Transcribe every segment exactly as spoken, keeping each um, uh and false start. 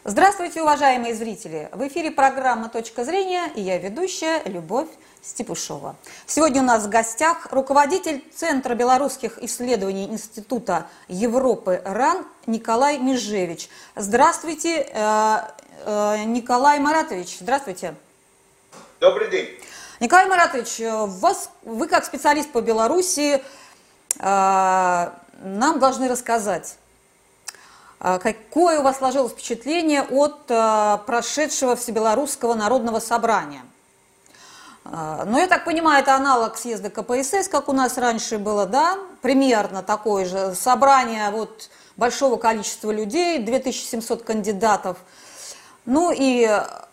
Здравствуйте, уважаемые зрители! В эфире программа «Точка зрения» и я ведущая Любовь Степушова. Сегодня у нас в гостях руководитель Центра белорусских исследований Института Европы РАН Николай Межевич. Здравствуйте, Николай Маратович. Здравствуйте. Добрый день. Николай Маратович, вас, вы как специалист по Беларуси нам должны рассказать, какое у вас сложилось впечатление от прошедшего Всебелорусского народного собрания? Ну, я так понимаю, это аналог съезда ка пэ эс эс, как у нас раньше было, да? Примерно такое же собрание вот большого количества людей, две тысячи семьсот кандидатов. Ну и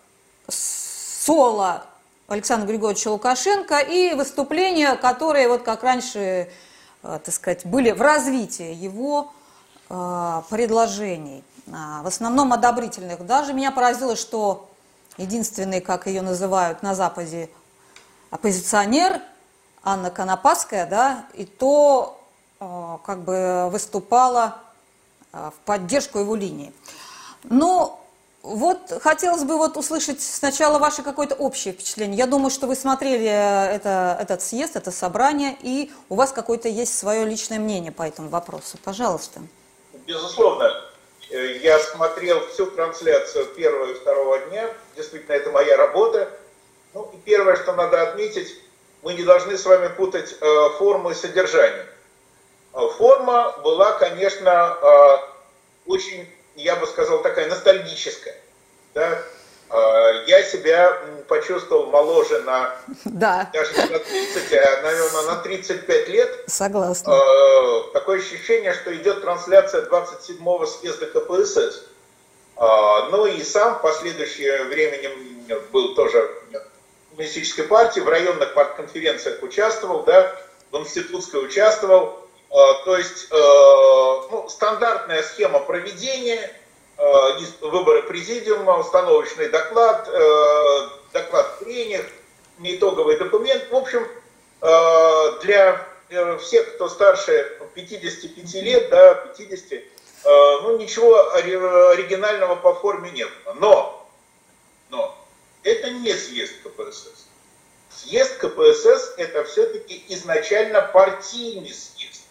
соло Александра Григорьевича Лукашенко и выступления, которые вот как раньше, так сказать, были в развитии его предложений, в основном одобрительных. Даже меня поразило, что единственный, как ее называют на Западе, оппозиционер Анна Конопадская, да, и то как бы выступала в поддержку его линии. Но вот хотелось бы вот услышать сначала ваше какое-то общее впечатление. Я думаю, что вы смотрели это, этот съезд, это собрание, и у вас какое-то есть свое личное мнение по этому вопросу. Пожалуйста. Безусловно, я смотрел всю трансляцию первого и второго дня, действительно, это моя работа. Ну, и первое, что надо отметить, мы не должны с вами путать э, форму и содержание. Форма была, конечно, э, очень, я бы сказал, такая ностальгическая. Да? Э, я себя почувствовал моложе на, да. даже не на тридцать, а, наверное, на тридцать пять лет. Согласна. Э, такое ощущение, что идет трансляция двадцать седьмого съезда ка пэ эс эс. Э, ну и сам в последующее временем был тоже в коммунистической партии, в районных партконференциях участвовал, да, в институтской участвовал. Э, то есть э, ну, стандартная схема проведения, э, выборы президиума, установочный доклад, э, доклад в прениях, итоговый документ. В общем, э, для э, всех, кто старше пятидесяти пяти лет, да, пятидесяти, э, ну ничего оригинального по форме не было. Но, но это не съезд ка пэ эс эс. Съезд ка пэ эс эс это все-таки изначально партийный съезд.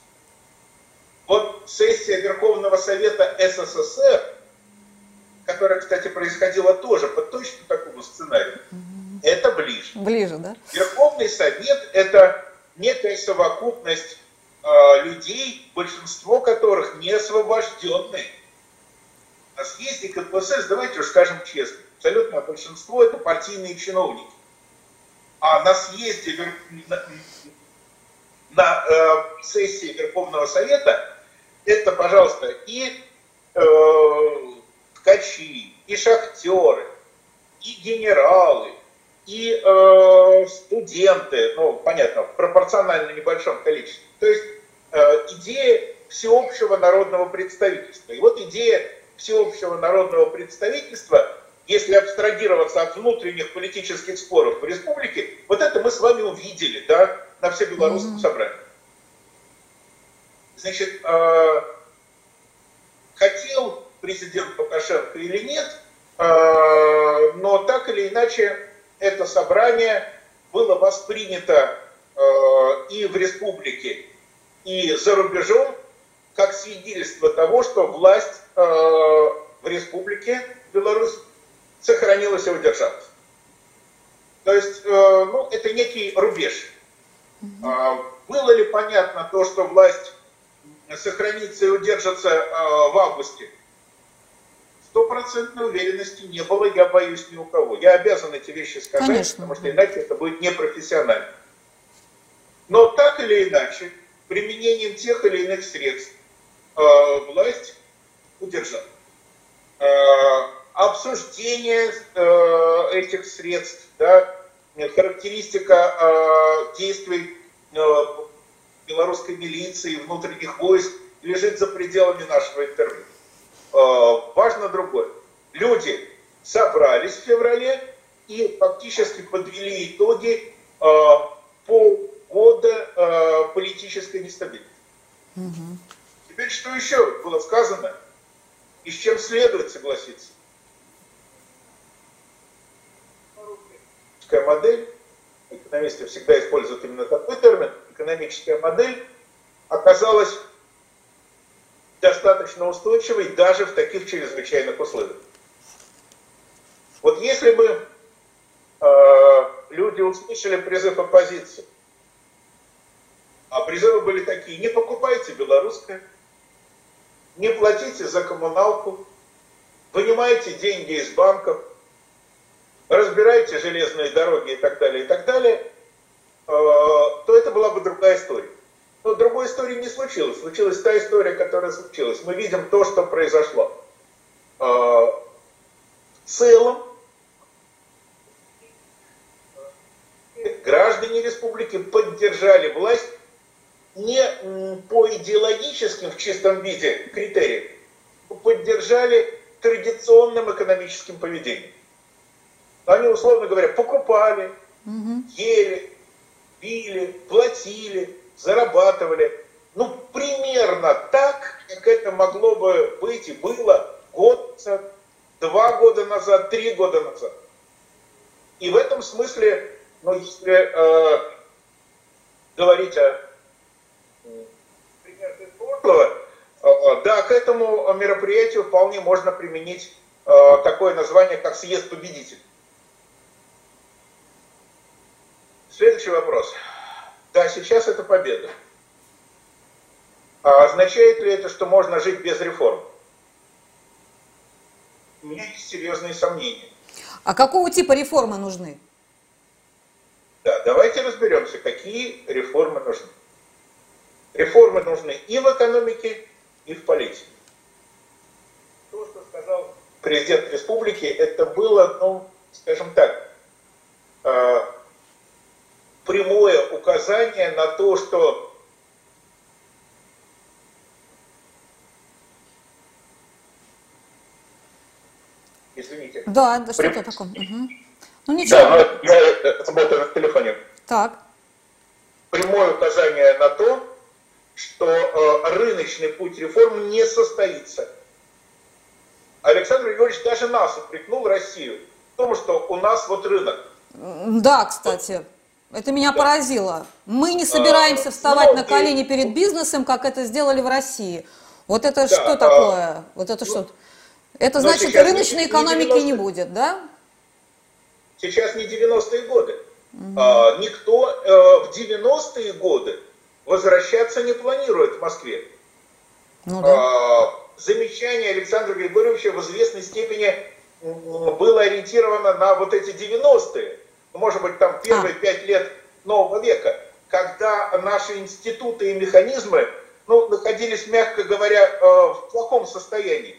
Вот сессия Верховного Совета эс эс эс эр, которая, кстати, происходила тоже по точно такому сценарию, mm-hmm. это ближе. Ближе, да? Верховный Совет это некая совокупность э, людей, большинство которых не освобожденные. На съезде ка пэ эс эс, давайте уж скажем честно, абсолютное большинство это партийные чиновники. А на съезде, на, на э, сессии Верховного Совета это, пожалуйста, и э, ткачи, и шахтеры, и генералы, и э, студенты, ну, понятно, в пропорционально небольшом количестве. То есть э, идея всеобщего народного представительства. И вот идея всеобщего народного представительства, если абстрагироваться от внутренних политических споров в республике, вот это мы с вами увидели, да, на всебелорусском mm-hmm. собрании. Значит, э, хотел президент Лукашенко или нет, э, но так или иначе это собрание было воспринято э, и в республике, и за рубежом как свидетельство того, что власть э, в республике Беларусь сохранилась и удержалась. То есть, э, ну, это некий рубеж. Mm-hmm. Э, было ли понятно то, что власть сохранится и удержится э, в августе? Стопроцентной уверенности не было, я боюсь, ни у кого. Я обязан эти вещи сказать, Конечно. Потому что иначе это будет непрофессионально. Но так или иначе, применением тех или иных средств э, власть удержала. Э, обсуждение э, этих средств, да, характеристика э, действий э, белорусской милиции, внутренних войск лежит за пределами нашего интервью. Э, важно другое. Люди собрались в феврале и фактически подвели итоги э, полгода э, политической нестабильности. Угу. Теперь что еще было сказано и с чем следует согласиться? экономическая модель, экономисты всегда используют именно такой термин, экономическая модель оказалась достаточно устойчивой даже в таких чрезвычайных условиях. Вот если бы э, люди услышали призыв оппозиции, а призывы были такие: не покупайте белорусское, не платите за коммуналку, вынимайте деньги из банков, разбирайте железные дороги и так далее, и так далее, э, то это была бы другая история. Но другой истории не случилось. Случилась та история, которая случилась. Мы видим то, что произошло. Э, в целом, граждане республики поддержали власть не по идеологическим в чистом виде критериям, поддержали традиционным экономическим поведением. Они, условно говоря, покупали, угу. ели, пили, платили, зарабатывали. Ну, примерно так, как это могло бы быть и было год назад, два года назад, три года назад. И в этом смысле, ну, если э, говорить о примерах из прошлого, э, да, к этому мероприятию вполне можно применить э, такое название, как съезд победителей. Следующий вопрос. Да, сейчас это победа. А означает ли это, что можно жить без реформ? У меня есть серьезные сомнения. А какого типа реформы нужны? Да, давайте разберемся, какие реформы нужны. Реформы нужны и в экономике, и в политике. То, что сказал президент республики, это было, ну, скажем так, э, прямое указание на то, что извините. Да, да, что-то Прям... такое. Угу. Ну ничего. Да, но я работаю на телефоне. Так. Прямое указание на то, что э, рыночный путь реформ не состоится. Александр Григорьевич даже нас упрекнул, Россию, в том, что у нас вот рынок. Да, кстати. Это меня да. поразило. Мы не собираемся а, вставать на колени перед бизнесом, как это сделали в России. Вот это да, что такое? А, вот это ну, что? Это значит, рыночной не, экономики не, не будет, да? Сейчас не девяностые годы. Угу. А, никто а, в девяностые годы возвращаться не планирует в Москве. Ну, да. а, замечание Александра Григорьевича в известной степени было ориентировано на вот эти девяностые. Может быть, там первые а. пять лет нового века, когда наши институты и механизмы ну, находились, мягко говоря, в плохом состоянии.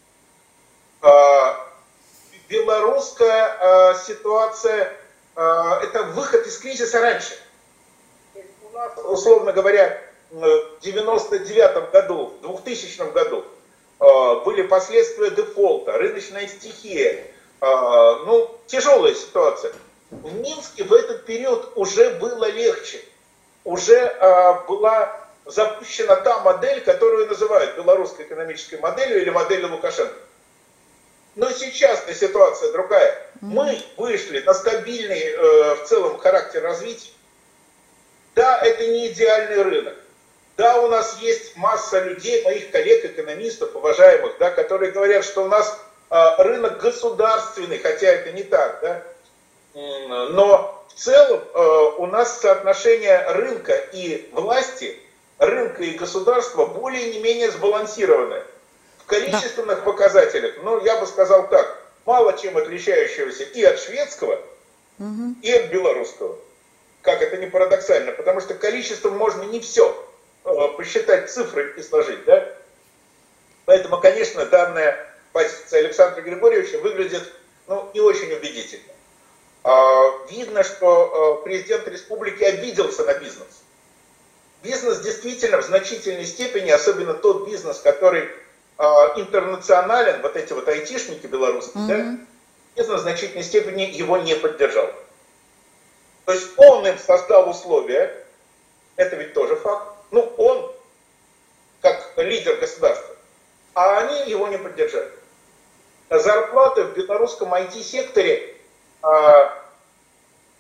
Белорусская ситуация – это выход из кризиса раньше. У нас, условно говоря, в девяносто девятом году, в двухтысячном году были последствия дефолта, рыночная стихия, ну, тяжелая ситуация. В Минске в этот период уже было легче. Уже э, была запущена та модель, которую называют белорусской экономической моделью или моделью Лукашенко. Но сейчас-то ситуация другая. Mm-hmm. Мы вышли на стабильный э, в целом характер развития. Да, это не идеальный рынок. Да, у нас есть масса людей, моих коллег-экономистов, уважаемых, да, которые говорят, что у нас э, рынок государственный, хотя это не так, да. Но в целом э, у нас соотношение рынка и власти, рынка и государства более не менее сбалансированное. В количественных да. показателях, ну я бы сказал так, мало чем отличающегося и от шведского, угу. и от белорусского. Как это ни парадоксально, потому что количеством можно не все э, посчитать цифры и сложить, да? Поэтому, конечно, данная позиция Александра Григорьевича выглядит ну, не очень убедительно. Видно, что президент республики обиделся на бизнес. Бизнес действительно в значительной степени, особенно тот бизнес, который интернационален, вот эти вот айтишники белорусские, mm-hmm. да, бизнес в значительной степени его не поддержал. То есть он им создал условия, это ведь тоже факт, ну он как лидер государства, а они его не поддержали. Зарплаты в белорусском ай ти-секторе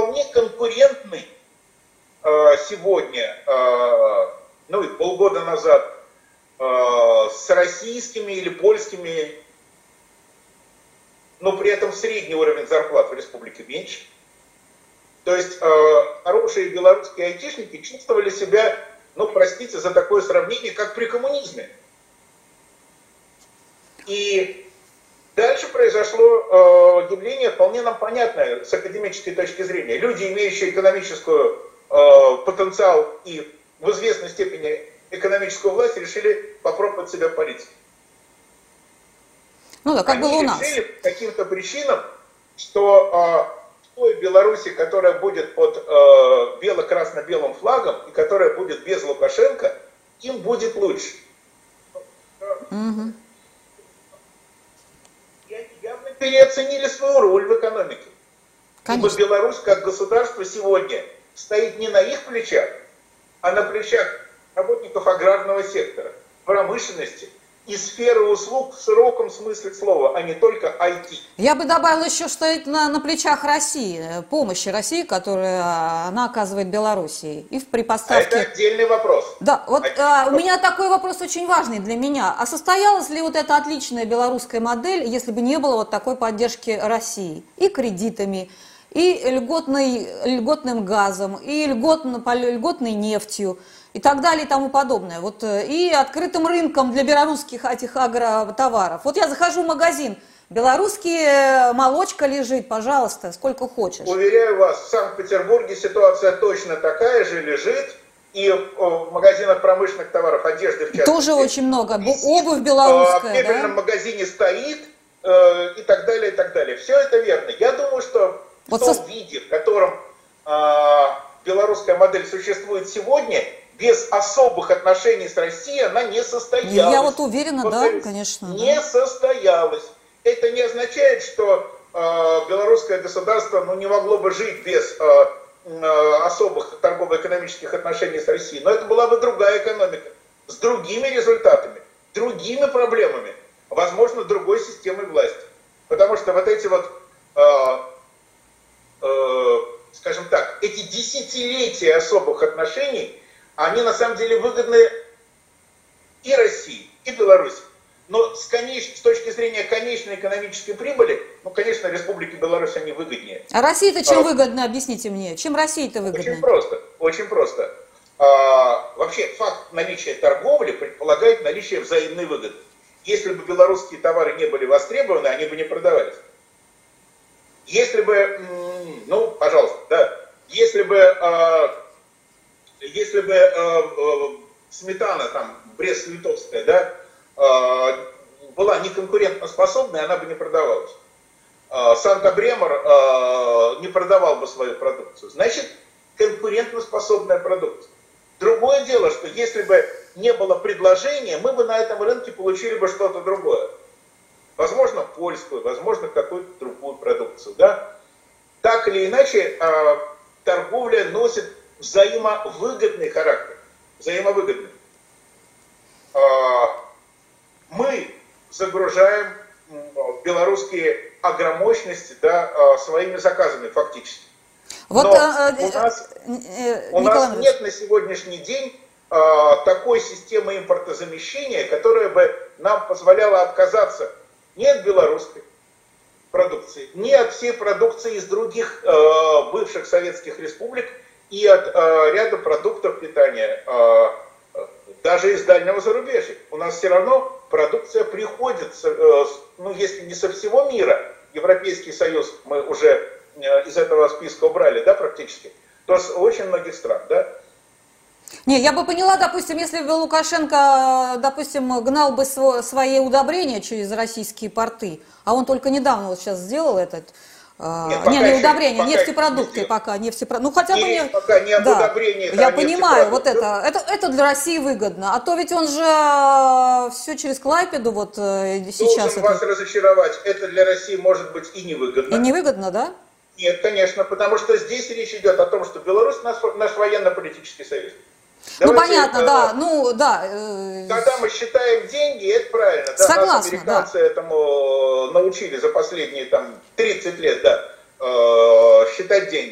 вполне конкурентный сегодня, ну и полгода назад, с российскими или польскими, но при этом средний уровень зарплат в республике меньше. То есть хорошие белорусские айтишники чувствовали себя, ну простите за такое сравнение, как при коммунизме. И дальше произошло э, явление вполне нам понятное с академической точки зрения. Люди, имеющие экономическую э, потенциал и в известной степени экономическую власть, решили попробовать себя в политике. Ну да, как Они было у нас. решили по каким-то причинам, что э, в той Беларуси, которая будет под э, бело-красно-белым флагом и которая будет без Лукашенко, им будет лучше. Угу. Явно переоценили свою роль в экономике. Конечно. Ибо Беларусь как государство сегодня стоит не на их плечах, а на плечах работников аграрного сектора, промышленности и сферы услуг в широком смысле слова, а не только ай ти. Я бы добавила еще, что это на, на плечах России, помощи России, которую она оказывает Белоруссии. И в при поставке... А это отдельный вопрос. Да, вот а, у вопрос. меня такой вопрос очень важный для меня. А состоялась ли вот эта отличная белорусская модель, если бы не было вот такой поддержки России? И кредитами, и льготной, льготным газом, и льготно, льготной нефтью, и так далее и тому подобное. Вот, и открытым рынком для белорусских этих агротоваров. Вот я захожу в магазин, белорусские молочка лежит, пожалуйста, сколько хочешь. Уверяю вас, в Санкт-Петербурге ситуация точно такая же лежит. И в магазинах промышленных товаров, одежды в частности. Тоже очень много. Обувь белорусская, в мебельном да? магазине стоит э, и так далее, и так далее. Все это верно. Я думаю, что вот в том со... виде, в котором э, белорусская модель существует сегодня, без особых отношений с Россией она не состоялась. Я вот уверена, вот, да, конечно. Не да. состоялась. Это не означает, что э, белорусское государство ну, не могло бы жить без э, э, особых торгово-экономических отношений с Россией. Но это была бы другая экономика, с другими результатами, другими проблемами, возможно, другой системой власти. Потому что вот эти вот, э, э, скажем так, эти десятилетия особых отношений, они на самом деле выгодны и России, и Беларуси. Но с, конеч... с точки зрения конечной экономической прибыли, ну, конечно, Республике Беларусь они выгоднее. А России-то чем а, выгодно, объясните мне? Чем России-то выгодно? Очень просто, очень просто. А, вообще факт наличия торговли предполагает наличие взаимной выгоды. Если бы белорусские товары не были востребованы, они бы не продавались. Если бы, ну, пожалуйста, да, если бы... А, Если бы э, э, сметана там Брест-Литовская, да, э, была неконкурентоспособной, она бы не продавалась. Э, Санта-Бремор э, не продавал бы свою продукцию. Значит, конкурентоспособная продукция. Другое дело, что если бы не было предложения, мы бы на этом рынке получили бы что-то другое. Возможно, польскую, возможно, какую-то другую продукцию. Да? Так или иначе, э, торговля носит взаимовыгодный характер. Взаимовыгодный. Мы загружаем белорусские агромощности, да, своими заказами фактически. Вот, Но а, у нас, э, у нас нет на сегодняшний день а, такой системы импортозамещения, которая бы нам позволяла отказаться не от белорусской продукции, не от всей продукции из других а, бывших советских республик, и от э, ряда продуктов питания, э, даже из дальнего зарубежья. У нас все равно продукция приходит, э, ну если не со всего мира, Европейский Союз мы уже э, из этого списка убрали, да, практически, то с очень многих стран, да. Не, я бы поняла, допустим, если бы Лукашенко, допустим, гнал бы свои удобрения через российские порты, а он только недавно вот сейчас сделал этот... Нет, не, не удобрения, нефтепродукты не пока, нефтепродукты. Ну хотя бы не, пока не об да, удобрениях, я а понимаю, вот это, это, это для России выгодно. А то ведь он же все через Клайпеду вот сейчас. Должен это... вас разочаровать, это для России может быть и невыгодно. И невыгодно, да? Нет, конечно, потому что здесь речь идет о том, что Беларусь наш, наш военно-политический союз. Ну Давайте, понятно, э, да, ну да. Э, когда мы считаем деньги, это правильно. Да, согласна, нас американцы да. этому научили за последние там тридцать лет, да, э, считать деньги.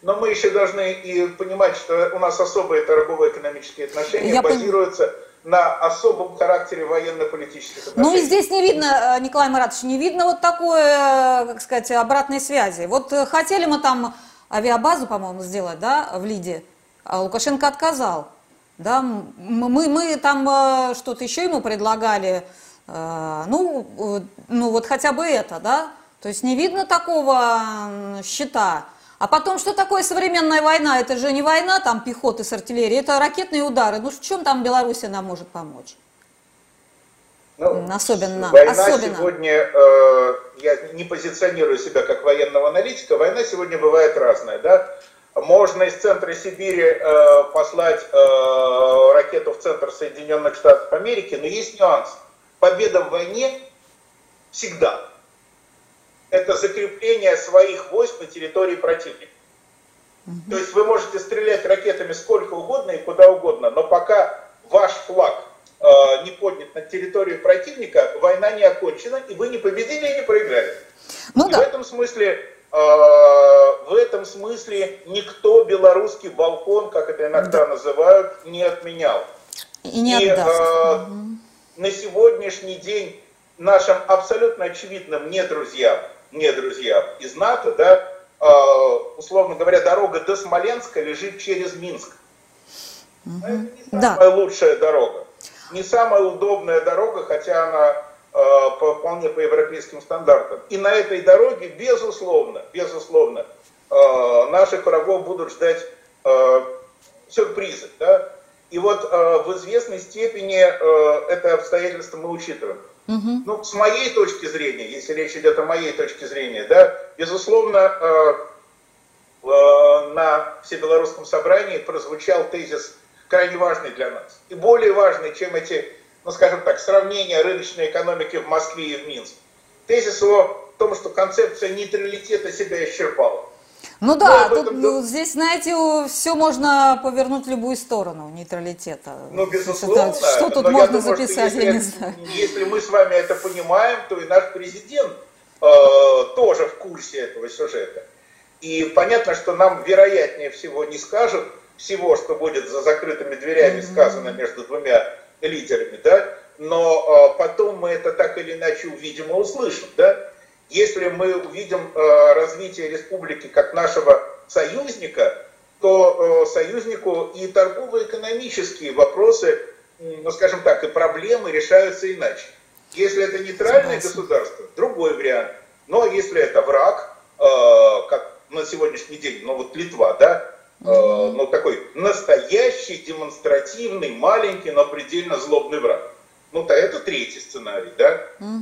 Но мы еще должны и понимать, что у нас особые торгово-экономические отношения Я базируются пон... на особом характере военно-политических отношений. Ну и здесь не видно, Николай Маратович, не видно вот такой, как сказать, обратной связи. Вот хотели мы там авиабазу, по-моему, сделать, да, в Лиде, а Лукашенко отказал. Да, мы, мы там что-то еще ему предлагали, ну, ну вот хотя бы это, да, то есть не видно такого щита. А потом, что такое современная война? Это же не война там пехоты с артиллерией, это ракетные удары. Ну в чем там Белоруссия нам может помочь? Ну, особенно. Война особенно. сегодня, э, я не позиционирую себя как военного аналитика, война сегодня бывает разная, да. Можно из центра Сибири э, послать э, ракету в центр Соединенных Штатов Америки, но есть нюанс. Победа в войне всегда это закрепление своих войск на территории противника. Mm-hmm. То есть вы можете стрелять ракетами сколько угодно и куда угодно, но пока ваш флаг э, не поднят на территорию противника, война не окончена, и вы не победили и не проиграли. Ну, и да. в этом смысле... В этом смысле никто белорусский балкон, как это иногда да. называют, не отменял. И не и, отдаст. э, угу. На сегодняшний день нашим абсолютно очевидным не друзьям, не друзьям из НАТО, да, э, условно говоря, дорога до Смоленска лежит через Минск. Угу. Это не самая да. лучшая дорога, не самая удобная дорога, хотя она По, вполне по европейским стандартам. И на этой дороге, безусловно, безусловно, э, наших врагов будут ждать э, сюрпризы. Да? И вот э, в известной степени э, это обстоятельство мы учитываем. Угу. Ну, с моей точки зрения, если речь идет о моей точке зрения, да, безусловно, э, э, на Всебелорусском собрании прозвучал тезис крайне важный для нас. И более важный, чем эти, ну, скажем так, сравнение рыночной экономики в Москве и в Минске. Тезис о том, что концепция нейтралитета себя исчерпала. Ну да, тут, этом... ну, здесь, знаете, все можно повернуть в любую сторону нейтралитета. Ну, безусловно. Что, что тут можно думаю, записать, если, я не знаю. Если мы с вами это понимаем, то и наш президент э, тоже в курсе этого сюжета. И понятно, что нам вероятнее всего не скажут всего, что будет за закрытыми дверями mm-hmm. сказано между двумя лидерами, да, но э, потом мы это так или иначе увидим и услышим, да. Если мы увидим э, развитие республики как нашего союзника, то э, союзнику и торгово-экономические вопросы, ну, скажем так, и проблемы решаются иначе. Если это нейтральное Согласен. государство, другой вариант. Но если это враг, э, как на сегодняшний день, ну вот Литва, да, Uh-huh. ну, такой настоящий, демонстративный, маленький, но предельно злобный враг. Ну, то это третий сценарий, да?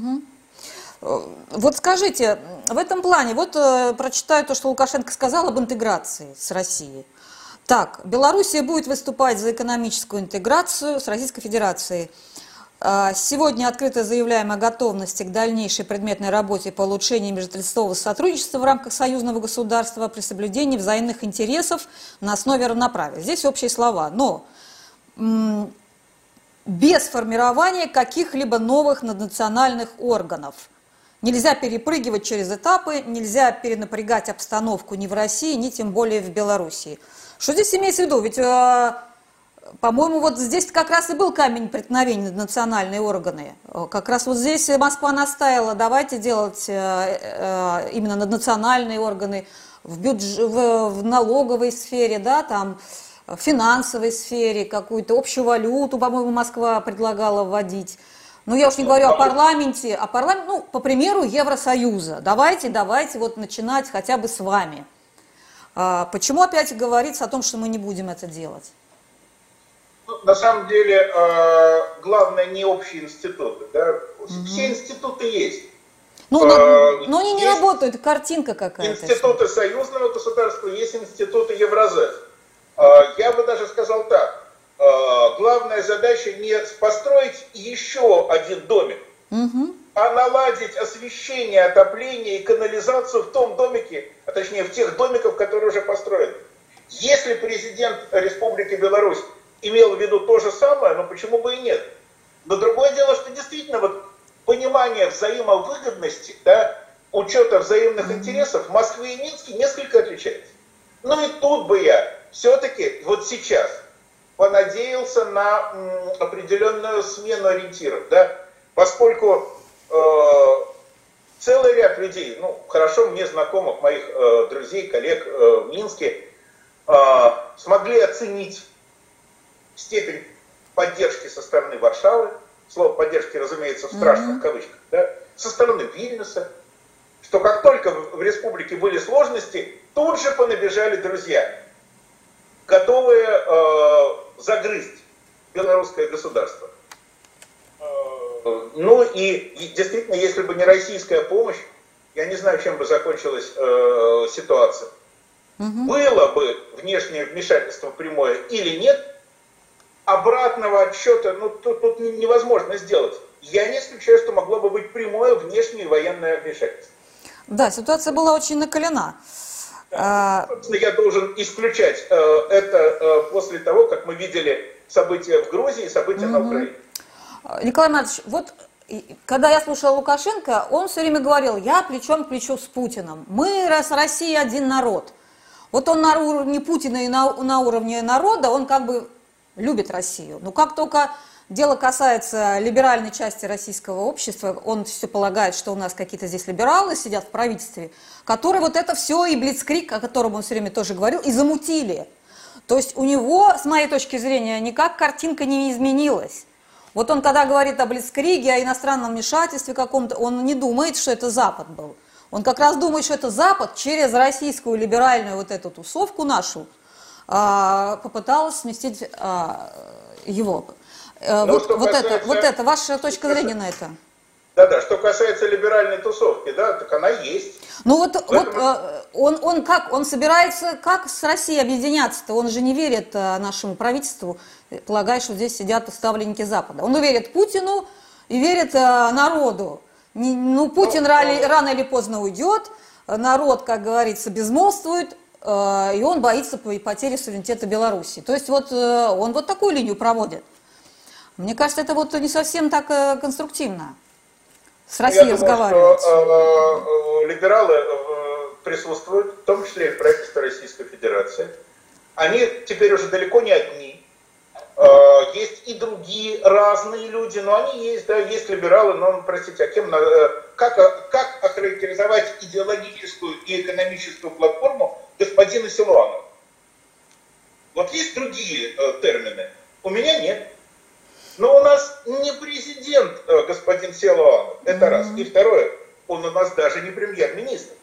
Uh-huh. Вот скажите, в этом плане, вот э, прочитаю то, что Лукашенко сказал об интеграции с Россией. Так, Белоруссия будет выступать за экономическую интеграцию с Российской Федерацией. Сегодня открыто заявляем о готовности к дальнейшей предметной работе по улучшению межотраслевого сотрудничества в рамках союзного государства при соблюдении взаимных интересов на основе равноправия. Здесь общие слова, но м- без формирования каких-либо новых наднациональных органов. Нельзя перепрыгивать через этапы, нельзя перенапрягать обстановку ни в России, ни тем более в Белоруссии. Что здесь имеется в виду? Ведь... По-моему, вот здесь как раз и был камень преткновения на национальные органы. Как раз вот здесь Москва настаивала, давайте делать именно наднациональные органы в, бюдж... в налоговой сфере, да, там, в финансовой сфере, какую-то общую валюту, по-моему, Москва предлагала вводить. Ну, я уж не говорю о парламенте, а парламент, ну, по примеру Евросоюза. Давайте, давайте вот начинать хотя бы с вами. Почему опять говорится о том, что мы не будем это делать? На самом деле, э, главное не общие институты. Да? Угу. Все институты есть. Ну, но, но они не работают, картинка какая-то. Институты союзного государства, есть институты Евразес. Э, я бы даже сказал так. Э, главная задача не построить еще один домик, угу. а наладить освещение, отопление и канализацию в том домике, а точнее в тех домиках, которые уже построены. Если президент Республики Беларусь имел в виду то же самое, но почему бы и нет. Но другое дело, что действительно вот понимание взаимовыгодности, да, учета взаимных интересов в Москве и Минске несколько отличается. Ну и тут бы я все-таки вот сейчас понадеялся на м, определенную смену ориентиров, да, поскольку э, целый ряд людей, ну, хорошо мне знакомых, моих э, друзей, коллег э, в Минске, э, смогли оценить степень поддержки со стороны Варшавы, слово поддержки, разумеется, в страшных mm-hmm. кавычках, да, со стороны Вильнюса, что как только в республике были сложности, тут же понабежали друзья, готовые э, загрызть белорусское государство. Э, ну и, и действительно, если бы не российская помощь, я не знаю, чем бы закончилась э, ситуация. Угу. Было бы внешнее вмешательство прямое или нет, обратного отсчета ну, тут, тут невозможно сделать. Я не исключаю, что могло бы быть прямое внешнее военное вмешательство. Да, ситуация была очень накалена. Да, собственно, я должен исключать э, это э, после того, как мы видели события в Грузии и события mm-hmm. на Украине. Николай Иванович, вот когда я слушала Лукашенко, он все время говорил, я плечом к плечу с Путиным. Мы, раз Россия, один народ. Вот он на уровне Путина и на, на уровне народа, он как бы любит Россию. Но как только дело касается либеральной части российского общества, он все полагает, что у нас какие-то здесь либералы сидят в правительстве, которые вот это все и блицкриг, о котором он все время тоже говорил, и замутили. То есть у него, с моей точки зрения, никак картинка не изменилась. Вот он, когда говорит о блицкриге, о иностранном вмешательстве каком-то, он не думает, что это Запад был. Он как раз думает, что это Запад через российскую либеральную вот эту тусовку нашу попыталась сместить его. Ну, вот, вот, касается, это, вот это, ваша точка зрения на это? Да-да, что касается либеральной тусовки, да, так она есть. Ну вот, вот он, он как, он собирается как с Россией объединяться-то? Он же не верит нашему правительству, полагая, что здесь сидят ставленники Запада. Он верит Путину и верит народу. Ну, Путин ну, рано, ну, рано или поздно уйдет, народ, как говорится, безмолвствует, и он боится потери суверенитета Беларуси. То есть вот он вот такую линию проводит. Мне кажется, это вот не совсем так э, конструктивно с Россией Я разговаривать. Думаю, что, э, э, либералы э, присутствуют, в том числе и в правительстве Российской Федерации. Они теперь уже далеко не одни. Э, есть и другие разные люди, но они есть, да, есть либералы, но, простите, а кем, э, как, как охарактеризовать идеологическую и экономическую платформу господина Силуанова? Вот есть другие э, термины, у меня нет. Но у нас не президент, господин Силуанов, это mm-hmm. раз. И второе, он у нас даже не премьер-министр.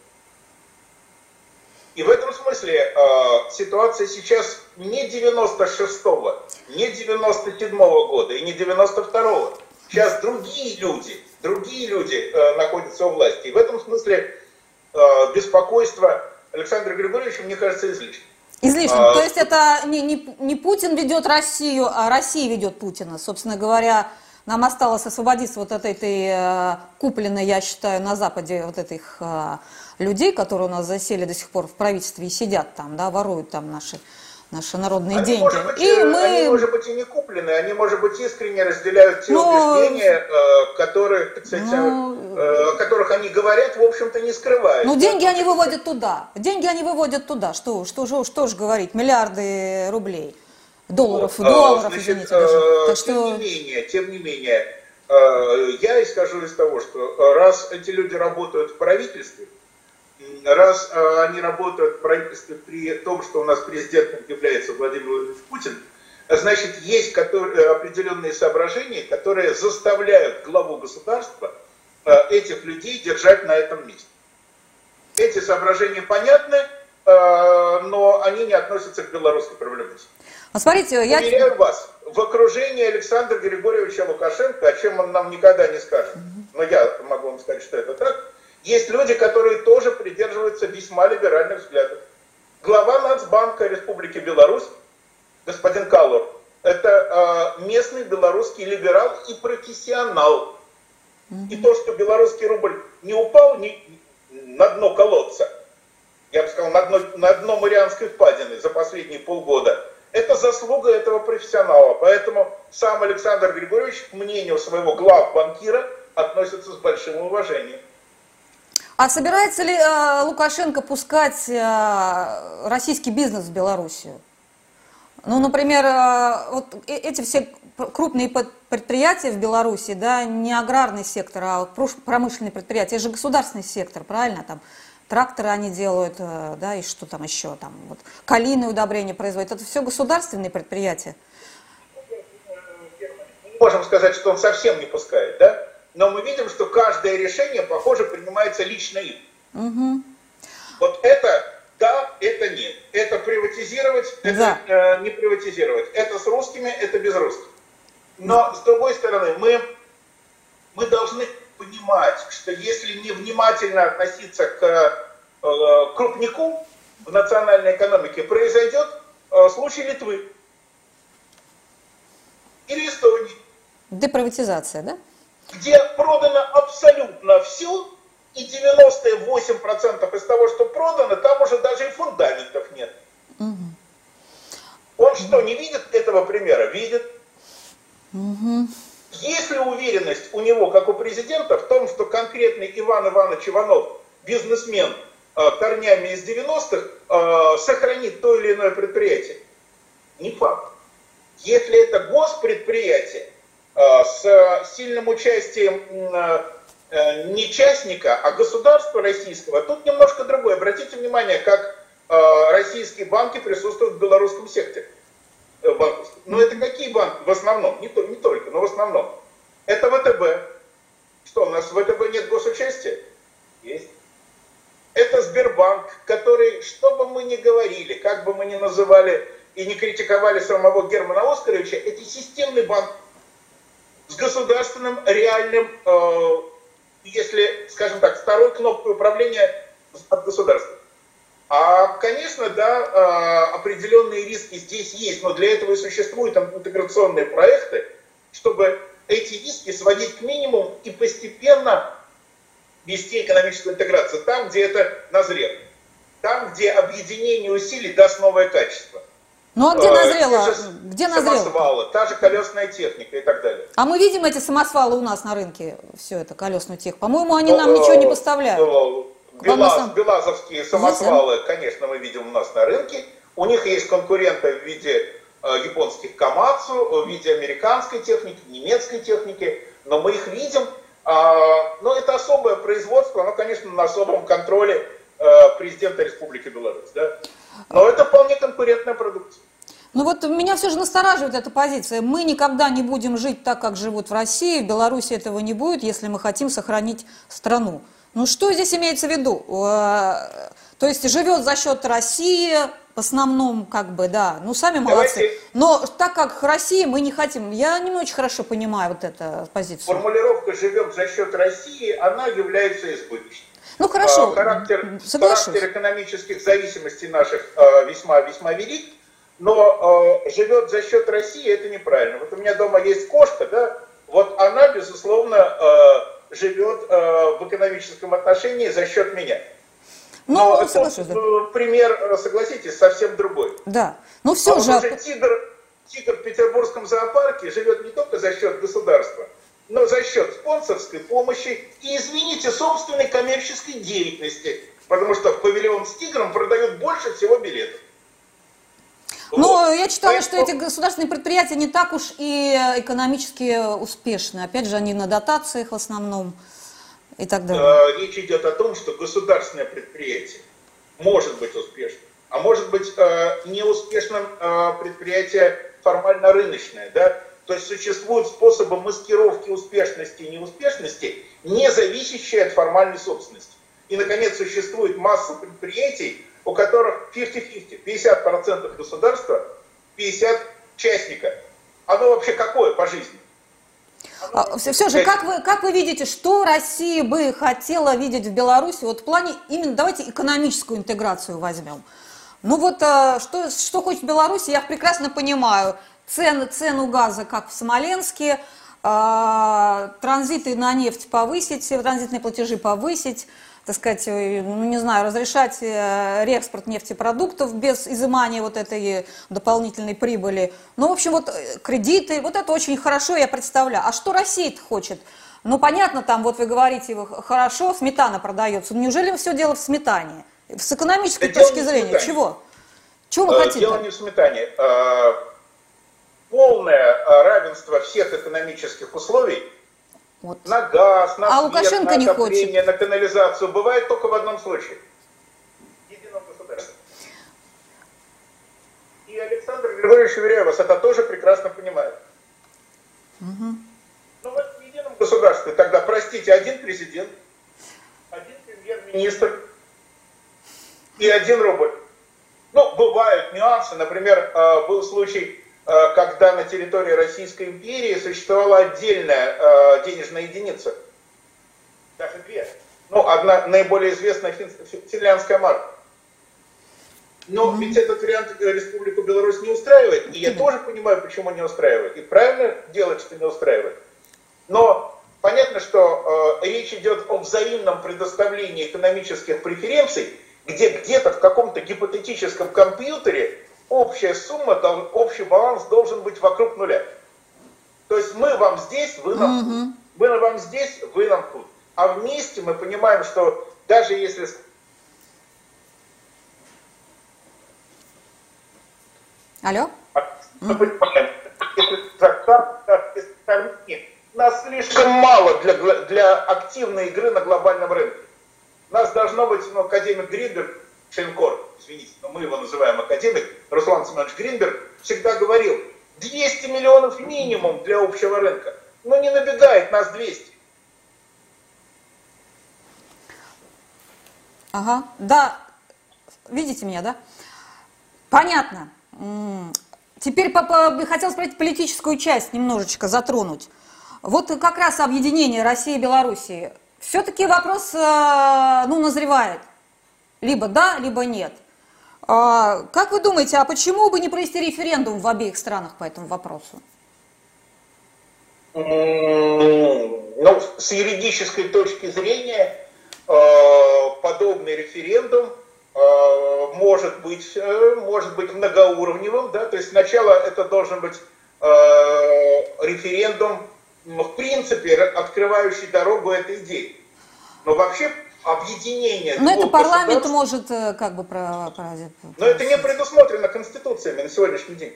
И в этом смысле э, ситуация сейчас не девяносто шестого, не девяносто седьмого года и не девяносто второго. Сейчас другие люди, другие люди э, находятся у власти. И в этом смысле э, беспокойство Александра Григорьевича, мне кажется, излишним. Излишним. А, То есть это не, не, не Путин ведет Россию, а Россия ведет Путина. Собственно говоря, нам осталось освободиться вот от этой э, купленной, я считаю, на Западе вот этих э, людей, которые у нас засели до сих пор в правительстве и сидят там, да, воруют там наши, наши народные они, деньги. Может быть, и мы... Они, может быть, и не куплены, они, может быть, искренне разделяют те Но... убеждения, э, которые, так сказать, Но... э, о которых они говорят, в общем-то, не скрывают. Ну, деньги они выводят туда. Деньги они выводят туда. Что, что, что, что же говорить? Миллиарды рублей. Долларов, вот, долларов, значит, извините, даже. Так что... Тем не менее, тем не менее, э, я исхожу из того, что раз эти люди работают в правительстве, раз э, они работают в правительстве при том, что у нас президентом является Владимир Владимирович Путин, значит, есть которые, определенные соображения, которые заставляют главу государства э, этих людей держать на этом месте. Эти соображения понятны, э, но они не относятся к белорусской проблематике. А смотрите, я... Уверяю вас, в окружении Александра Григорьевича Лукашенко, о чем он нам никогда не скажет, но я могу вам сказать, что это так, есть люди, которые тоже придерживаются весьма либеральных взглядов. Глава Нацбанка Республики Беларусь, господин Каллур, это э, местный белорусский либерал и профессионал. Mm-hmm. И то, что белорусский рубль не упал ни, на дно колодца, я бы сказал, на дно, на дно Марианской впадины за последние полгода, это заслуга этого профессионала. Поэтому сам Александр Григорьевич, к мнению своего главбанкира, относится с большим уважением. А собирается ли э, Лукашенко пускать э, российский бизнес в Белоруссию? Ну, например, э, вот эти все крупные предприятия в Беларуси, да, не аграрный сектор, а промышленные предприятия, это же государственный сектор, правильно? Там тракторы они делают, э, да, и что там еще, там, вот, калийные удобрения производят. Это все государственные предприятия. Не можем сказать, что он совсем не пускает, да? Но мы видим, что каждое решение, похоже, принимается лично им. Угу. Вот это да, это нет. Это приватизировать, это да. э, не приватизировать. Это с русскими, это без русских. Но, с другой стороны, мы, мы должны понимать, что если невнимательно относиться к э, крупнику в национальной экономике, произойдет э, случай Литвы или Эстонии. Деприватизация, да? Где продано абсолютно все, и девяносто восемь процентов из того, что продано, там уже даже и фундаментов нет. Угу. Он что, не видит этого примера? Видит. Угу. Есть ли уверенность у него, как у президента, в том, что конкретный Иван Иванович Иванов, бизнесмен э, корнями из девяностых, э, сохранит то или иное предприятие? Не факт. Если это госпредприятие, с сильным участием не частника, а государства российского, тут немножко другое. Обратите внимание, как российские банки присутствуют в белорусском секторе. Но это какие банки? В основном, не, то, не только, но в основном. Это ВТБ. Что, у нас в ВТБ нет госучастия? Есть. Это Сбербанк, который, что бы мы ни говорили, как бы мы ни называли и не критиковали самого Германа Оскаровича, это системный банк с государственным, реальным, э, если, скажем так, второй кнопкой управления от государства. А, конечно, да, э, определенные риски здесь есть, но для этого и существуют там интеграционные проекты, чтобы эти риски сводить к минимуму и постепенно вести экономическую интеграцию там, где это назрело. Там, где объединение усилий даст новое качество. Ну а где назрело? Те где назрело? Самосвалы, та же колесная техника и так далее. А мы видим эти самосвалы у нас на рынке, все это, колесную технику. По-моему, они нам ничего не поставляют. Белаз, белазовские самосвалы, конечно, мы видим у нас на рынке. У них есть конкуренты в виде э, японских Камацу, в виде американской техники, немецкой техники. Но мы их видим. Э, но это особое производство, оно, конечно, на особом контроле э, президента Республики Беларусь. Да? Но это вполне конкурентная продукция. Ну вот меня все же настораживает эта позиция. Мы никогда не будем жить так, как живут в России. В Беларуси этого не будет, если мы хотим сохранить страну. Ну что здесь имеется в виду? То есть живет за счет России, в основном, как бы, да, ну сами молодцы. Давайте... Но так как России мы не хотим, я не очень хорошо понимаю вот эту позицию. Формулировка «живет за счет России», она является избыточной. Ну хорошо, характер, характер экономических зависимостей наших весьма-весьма велик, но э, живет за счет России, это неправильно. Вот у меня дома есть кошка, да, вот она, безусловно, э, живет э, в экономическом отношении за счет меня. Но, но это, да. пример, согласитесь, совсем другой. Да, ну все а же... Вот уже тигр, тигр в Петербургском зоопарке живет не только за счет государства, но за счет спонсорской помощи и, извините, собственной коммерческой деятельности, потому что в павильон с тигром продают больше всего билетов. Но вот. Я читала, Поэтому... что эти государственные предприятия не так уж и экономически успешны. Опять же, они на дотациях в основном и так далее. Речь идет о том, что государственное предприятие может быть успешным, а может быть неуспешным предприятие формально рыночное, да? То есть существуют способы маскировки успешности и неуспешности, не зависящие от формальной собственности. И, наконец, существует масса предприятий, у которых пятьдесят на пятьдесят, пятьдесят процентов государства, пятьдесят процентов частника. Оно вообще какое по жизни? А, все, все же, как вы, как вы видите, что Россия бы хотела видеть в Беларуси, вот в плане, именно давайте экономическую интеграцию возьмем. Ну вот, что, что хочет Беларусь, я прекрасно понимаю. Цены, цену газа, как в Смоленске, э, транзиты на нефть повысить, транзитные платежи повысить, так сказать, ну не знаю, разрешать э, реэкспорт нефтепродуктов без изымания вот этой дополнительной прибыли. Ну, в общем, вот кредиты, вот это очень хорошо, я представляю. А что Россия хочет? Ну, понятно, там, вот вы говорите, хорошо, сметана продается. Но неужели все дело в сметане? С экономической Да точки зрения, чего? Чего вы хотите? Дело не в сметане. Полное равенство всех экономических условий вот. На газ, на а свет, Лукашенко на отопление, не хочет. На канализацию бывает только в одном случае. В едином государстве. И Александр Григорьевич, уверяю вас, это тоже прекрасно понимает. Угу. Ну вот в едином государстве тогда, простите, один президент, один премьер-министр и один рубль. Ну, бывают нюансы. Например, был случай, когда на территории Российской империи существовала отдельная денежная единица. Даже две. Ну, одна наиболее известная финляндская марка. Но ведь этот вариант Республику Беларусь не устраивает. И я тоже понимаю, почему не устраивает. И правильно делать, что не устраивает. Но понятно, что э, речь идет о взаимном предоставлении экономических преференций, где где-то в каком-то гипотетическом компьютере общая сумма, общий баланс должен быть вокруг нуля. То есть мы вам здесь, вы нам тут. Mm-hmm. Мы вам здесь, вы нам тут. А вместе мы понимаем, что даже если... Алло? Мы понимаем, если нас слишком мало для, для активной игры на глобальном рынке. Нас должно быть, ну, академик Гринберг, Шенкор, извините, но мы его называем академик, Руслан Семенович Гринберг, всегда говорил, двести миллионов минимум для общего рынка. Но не набегает нас двести. Ага, да, видите меня, да? Понятно. Теперь хотел спросить политическую часть немножечко затронуть. Вот как раз объединение России и Белоруссии. Все-таки вопрос, ну, назревает. Либо да, либо нет. Как вы думаете, а почему бы не провести референдум в обеих странах по этому вопросу? Ну, с юридической точки зрения, подобный референдум может быть, может быть многоуровневым, да, то есть сначала это должен быть референдум, в принципе, открывающий дорогу этой идее. Но вообще объединение... Но это парламент может как бы... Про, про, но это не предусмотрено конституциями на сегодняшний день.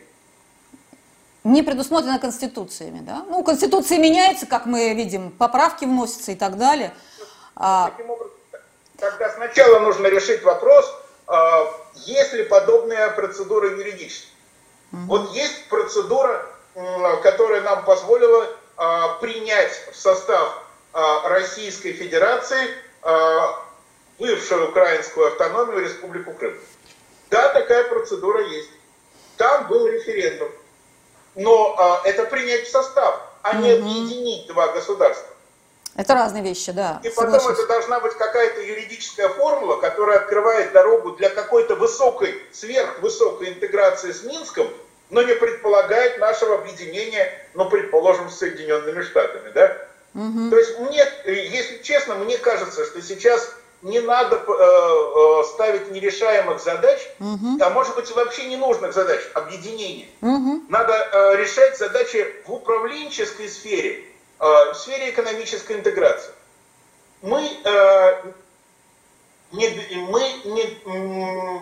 Не предусмотрено конституциями, да? Ну, конституция меняется, как мы видим, поправки вносятся и так далее. Таким образом, тогда сначала нужно решить вопрос, есть ли подобная процедура юридически. Угу. Вот есть процедура, которая нам позволила принять в состав Российской Федерации бывшую украинскую автономию Республику Крым. Да, такая процедура есть. Там был референдум. Но это принять в состав, а угу. не объединить два государства. Это разные вещи, да. И потом соглашусь. Это должна быть какая-то юридическая формула, которая открывает дорогу для какой-то высокой, сверхвысокой интеграции с Минском, но не предполагает нашего объединения, ну, предположим, с Соединенными Штатами, да? Угу. То есть мне, если честно, мне кажется, что сейчас не надо э, э, ставить нерешаемых задач, угу. а может быть вообще ненужных задач, объединения. Угу. Надо э, решать задачи в управленческой сфере, э, в сфере экономической интеграции. Мы, э, не, мы не, э,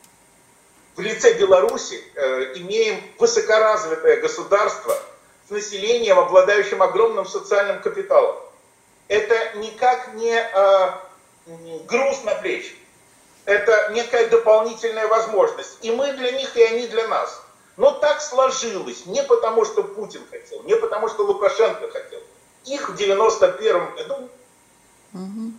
в лице Беларуси э, имеем высокоразвитое государство с населением, обладающим огромным социальным капиталом. Это никак не э, груз на плечи. Это некая дополнительная возможность. И мы для них, и они для нас. Но так сложилось. Не потому, что Путин хотел, не потому, что Лукашенко хотел. Их в девяносто первом году... Угу.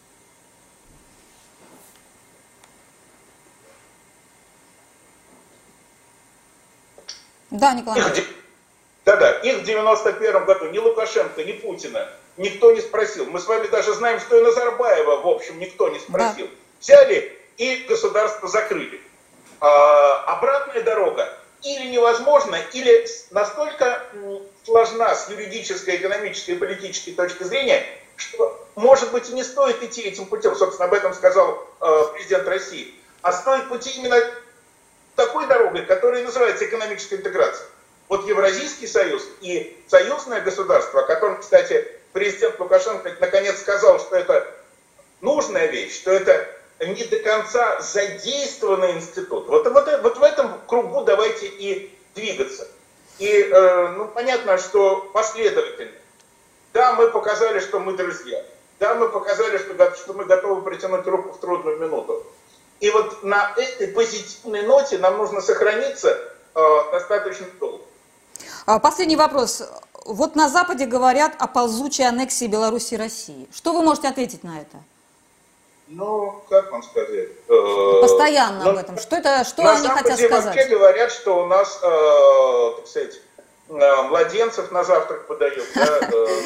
Да, Николай. Да-да, их в девяносто первом году ни Лукашенко, ни Путина никто не спросил. Мы с вами даже знаем, что и Назарбаева, в общем, никто не спросил. Да. Взяли и государство закрыли. А, обратная дорога или невозможна, или настолько сложна с юридической, экономической и политической точки зрения, что, может быть, и не стоит идти этим путем. Собственно, об этом сказал э, президент России. А стоит пойти именно такой дорогой, которая называется экономическая интеграция. Вот Евразийский союз и союзное государство, о котором, кстати, президент Лукашенко наконец сказал, что это нужная вещь, что это не до конца задействованный институт. Вот, вот, вот в этом кругу давайте и двигаться. И э, ну, понятно, что последовательно. Да, мы показали, что мы друзья. Да, мы показали, что, что мы готовы протянуть руку в трудную минуту. И вот на этой позитивной ноте нам нужно сохраниться э, достаточно долго. Последний вопрос. Вот на Западе говорят о ползучей аннексии Беларуси и России. Что вы можете ответить на это? Ну, как вам сказать? Постоянно э, об этом. Что это, что на они Западе хотят сказать? Вообще говорят, что у нас, э, так сказать, младенцев на завтрак подают. Да?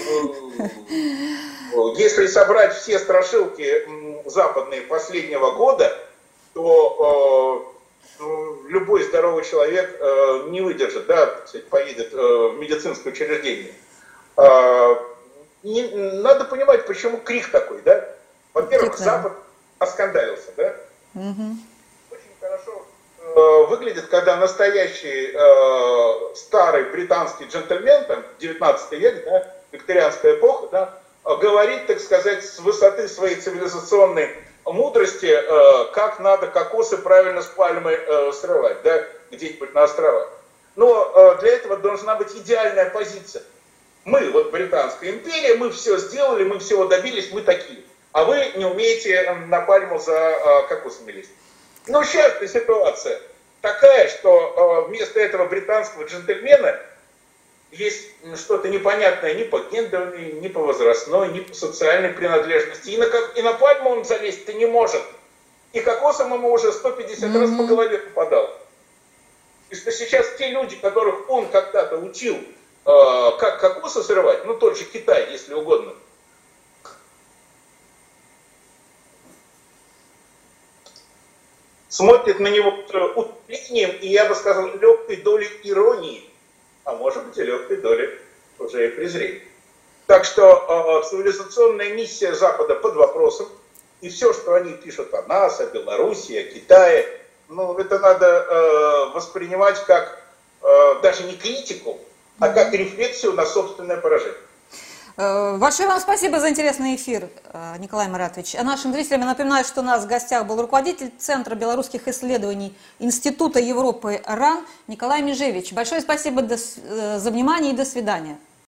Если собрать все страшилки западные последнего года, то любой здоровый человек не выдержит, да, так сказать, поедет в медицинское учреждение. Надо понимать, почему крик такой, да? Во-первых, Запад оскандалился, да? Угу. Очень хорошо э, выглядит, когда настоящий э, старый британский джентльмен, там, девятнадцатый век, да, викторианская эпоха, да, говорит, так сказать, с высоты своей цивилизационной мудрости, э, как надо кокосы правильно с пальмы э, срывать, да, где-нибудь на островах. Но э, для этого должна быть идеальная позиция. Мы, вот Британская империя, мы все сделали, мы всего добились, мы такие. А вы не умеете на пальму за э, кокосами лезть. Но сейчас ситуация такая, что э, вместо этого британского джентльмена есть что-то непонятное ни по гендерной, ни по возрастной, ни по социальной принадлежности. И на, и на пальму он залезть-то не может. И кокосом ему уже сто пятьдесят mm-hmm. раз по голове попадал. И что сейчас те люди, которых он когда-то учил, э, как кокосы срывать, ну тот же Китай, если угодно, смотрит на него удивлением и, я бы сказал, легкой долей иронии, а может быть и легкой долей уже и презрения. Так что э, цивилизационная миссия Запада под вопросом, и все, что они пишут о нас, о Беларуси, о Китае, ну, это надо э, воспринимать как э, даже не критику, а как рефлексию на собственное поражение. Большое вам спасибо за интересный эфир, Николай Маратович. А нашим зрителям я напоминаю, что у нас в гостях был руководитель Центра белорусских исследований Института Европы РАН Николай Межевич. Большое спасибо за внимание и до свидания.